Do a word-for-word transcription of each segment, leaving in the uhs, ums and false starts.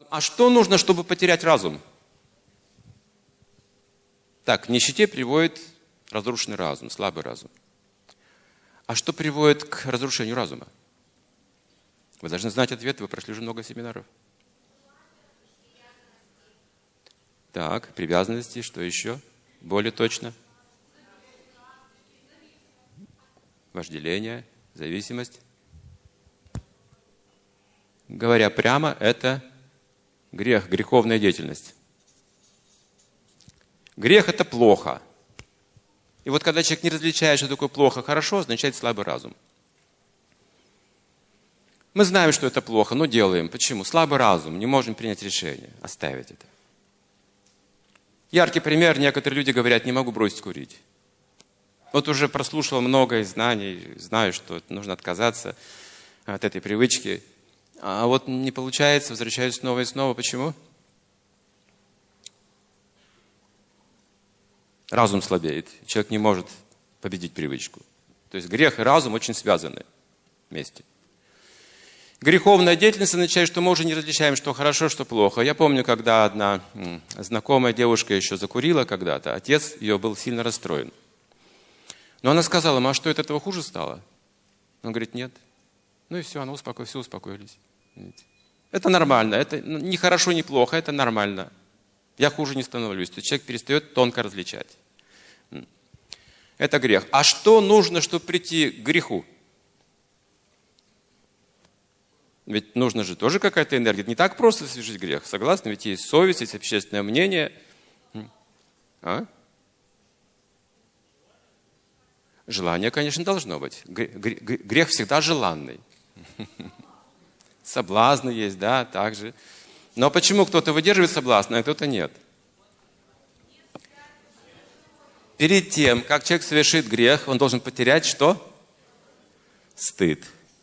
а что нужно, чтобы потерять разум? Так, к нищете приводит разрушенный разум, слабый разум. А что приводит к разрушению разума? Вы должны знать ответ, вы прошли уже много семинаров. Так, привязанности, что еще? Более точно? Вожделение, зависимость. Говоря прямо, это грех, греховная деятельность. Грех – это плохо. И вот когда человек не различает, что такое плохо, хорошо, означает слабый разум. Мы знаем, что это плохо, но делаем. Почему? Слабый разум, не можем принять решение, оставить это. Яркий пример, некоторые люди говорят, не могу бросить курить. Вот уже прослушал много знаний, знаю, что нужно отказаться от этой привычки. А вот не получается, возвращаюсь снова и снова. Почему? Разум слабеет, человек не может победить привычку. То есть грех и разум очень связаны вместе. Греховная деятельность означает, что мы уже не различаем, что хорошо, что плохо. Я помню, когда одна знакомая девушка еще закурила когда-то, отец ее был сильно расстроен. Но она сказала, а что, от этого хуже стало? Он говорит, нет. Ну и все, она успокоилась, все успокоились. Это нормально, это не хорошо, не плохо, это нормально. Я хуже не становлюсь. То есть человек перестает тонко различать. Это грех. А что нужно, чтобы прийти к греху? Ведь нужно же тоже какая-то энергия. Не так просто совершить грех. Согласны? Ведь есть совесть, есть общественное мнение. А? Желание, конечно, должно быть. Грех всегда желанный. Соблазны есть, да, также. Но почему кто-то выдерживает соблазн, а кто-то нет? Перед тем, как человек совершит грех, он должен потерять что? Стыд.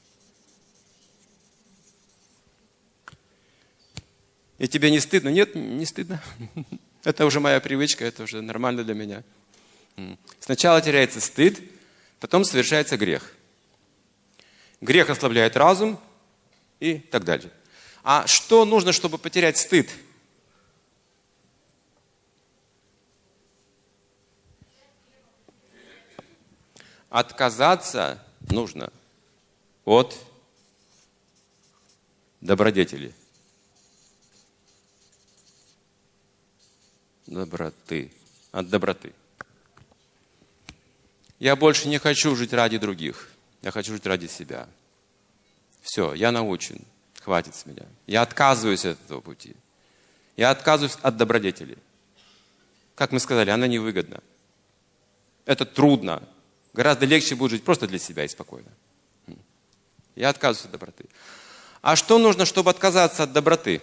И тебе не стыдно? Нет, не стыдно. Это уже моя привычка, это уже нормально для меня. Сначала теряется стыд, потом совершается грех. Грех ослабляет разум и так далее. А что нужно, чтобы потерять стыд? Отказаться нужно от добродетели. Доброты. От доброты. Я больше не хочу жить ради других. Я хочу жить ради себя. Все, я научен. Хватит с меня. Я отказываюсь от этого пути. Я отказываюсь от добродетели. Как мы сказали, она невыгодна. Это трудно. Гораздо легче будет жить просто для себя и спокойно. Я отказываюсь от доброты. А что нужно, чтобы отказаться от доброты?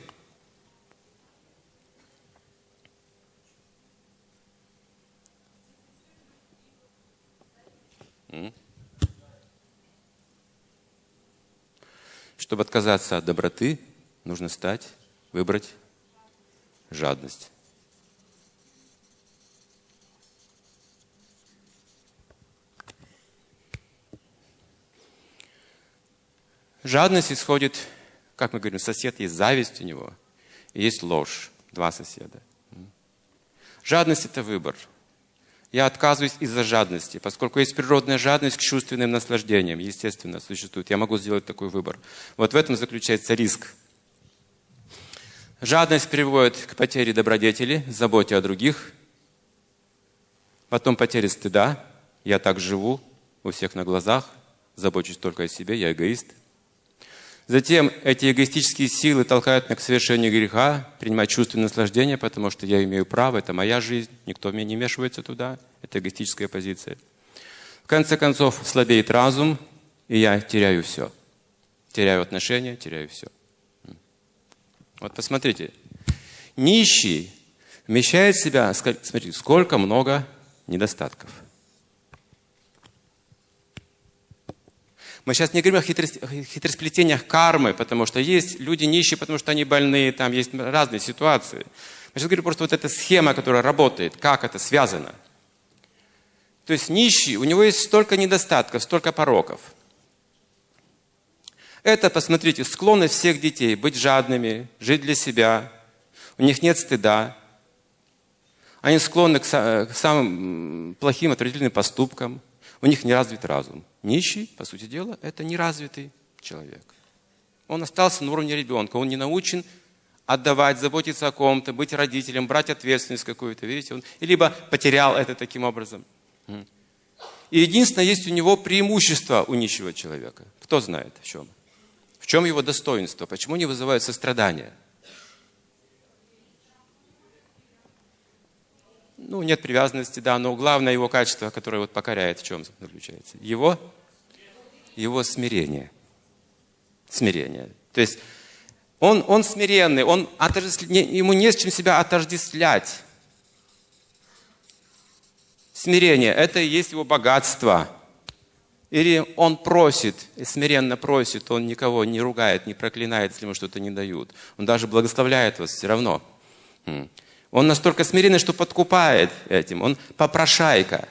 Чтобы отказаться от доброты, нужно стать, выбрать жадность. Жадность исходит, как мы говорим, сосед есть зависть у него, и есть ложь, два соседа. Жадность – это выбор. Я отказываюсь из-за жадности, поскольку есть природная жадность к чувственным наслаждениям, естественно, существует. Я могу сделать такой выбор. Вот в этом заключается риск. Жадность приводит к потере добродетели, заботе о других, потом потере стыда. Я так живу, у всех на глазах, забочусь только о себе, я эгоист. Затем эти эгоистические силы толкают меня к совершению греха, принимать чувственное наслаждение, потому что я имею право, это моя жизнь, никто мне не вмешивается туда, это эгоистическая позиция. В конце концов, слабеет разум, и я теряю все. Теряю отношения, теряю все. Вот посмотрите, нищий вмещает в себя, смотрите, сколько много недостатков. Мы сейчас не говорим о хитросплетениях кармы, потому что есть люди нищие, потому что они больные, там есть разные ситуации. Мы сейчас говорим просто вот эта схема, которая работает, как это связано. То есть нищий, у него есть столько недостатков, столько пороков. Это, посмотрите, склонность всех детей быть жадными, жить для себя. У них нет стыда. Они склонны к самым плохим, отвратительным поступкам. У них не развит разум. Нищий, по сути дела, это неразвитый человек. Он остался на уровне ребенка. Он не научен отдавать, заботиться о ком-то, быть родителем, брать ответственность какую-то. Видите, он либо потерял это таким образом. И единственное, есть у него преимущество у нищего человека. Кто знает в чем? В чем его достоинство? Почему не вызывает сострадания? Ну, нет привязанности, да, но главное его качество, которое вот покоряет, в чем заключается? Его, его смирение. Смирение. То есть он, он смиренный, он отождествля... ему не с чем себя отождествлять. Смирение – это и есть его богатство. Или он просит, и смиренно просит, он никого не ругает, не проклинает, если ему что-то не дают. Он даже благословляет вас все равно. Он настолько смиренный, что подкупает этим. Он попрошайка.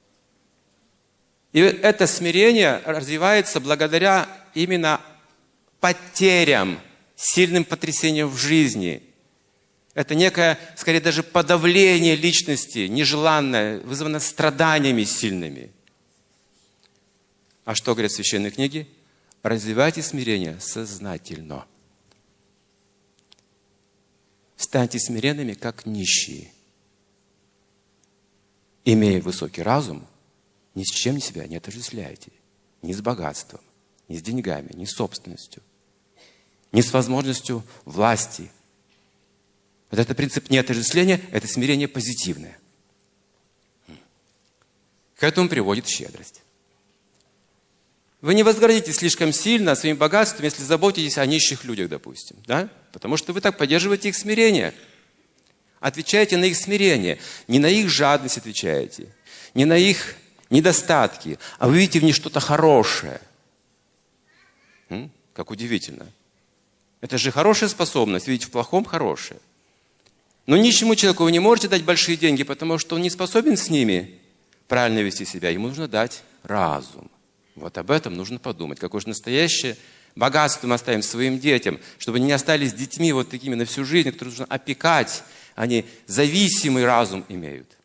И это смирение развивается благодаря именно потерям, сильным потрясениям в жизни. Это некое, скорее, даже подавление личности, нежеланное, вызвано страданиями сильными. А что говорят священные книги? Развивайте смирение сознательно. Станьте смиренными, как нищие. Имея высокий разум, ни с чем себя не отождествляйте. Ни с богатством, ни с деньгами, ни с собственностью, ни с возможностью власти. Вот это принцип неотождествления, это смирение позитивное. К этому приводит щедрость. Вы не возгордитесь слишком сильно своим богатством, если заботитесь о нищих людях, допустим. Да? Потому что вы так поддерживаете их смирение. Отвечаете на их смирение. Не на их жадность отвечаете, не на их недостатки, а вы видите в них что-то хорошее. М? Как удивительно. Это же хорошая способность, видеть в плохом хорошее. Но нищему человеку вы не можете дать большие деньги, потому что он не способен с ними правильно вести себя. Ему нужно дать разум. Вот об этом нужно подумать. Какое же настоящее богатство мы оставим своим детям, чтобы они не остались детьми вот такими на всю жизнь, которых нужно опекать. Они зависимый разум имеют.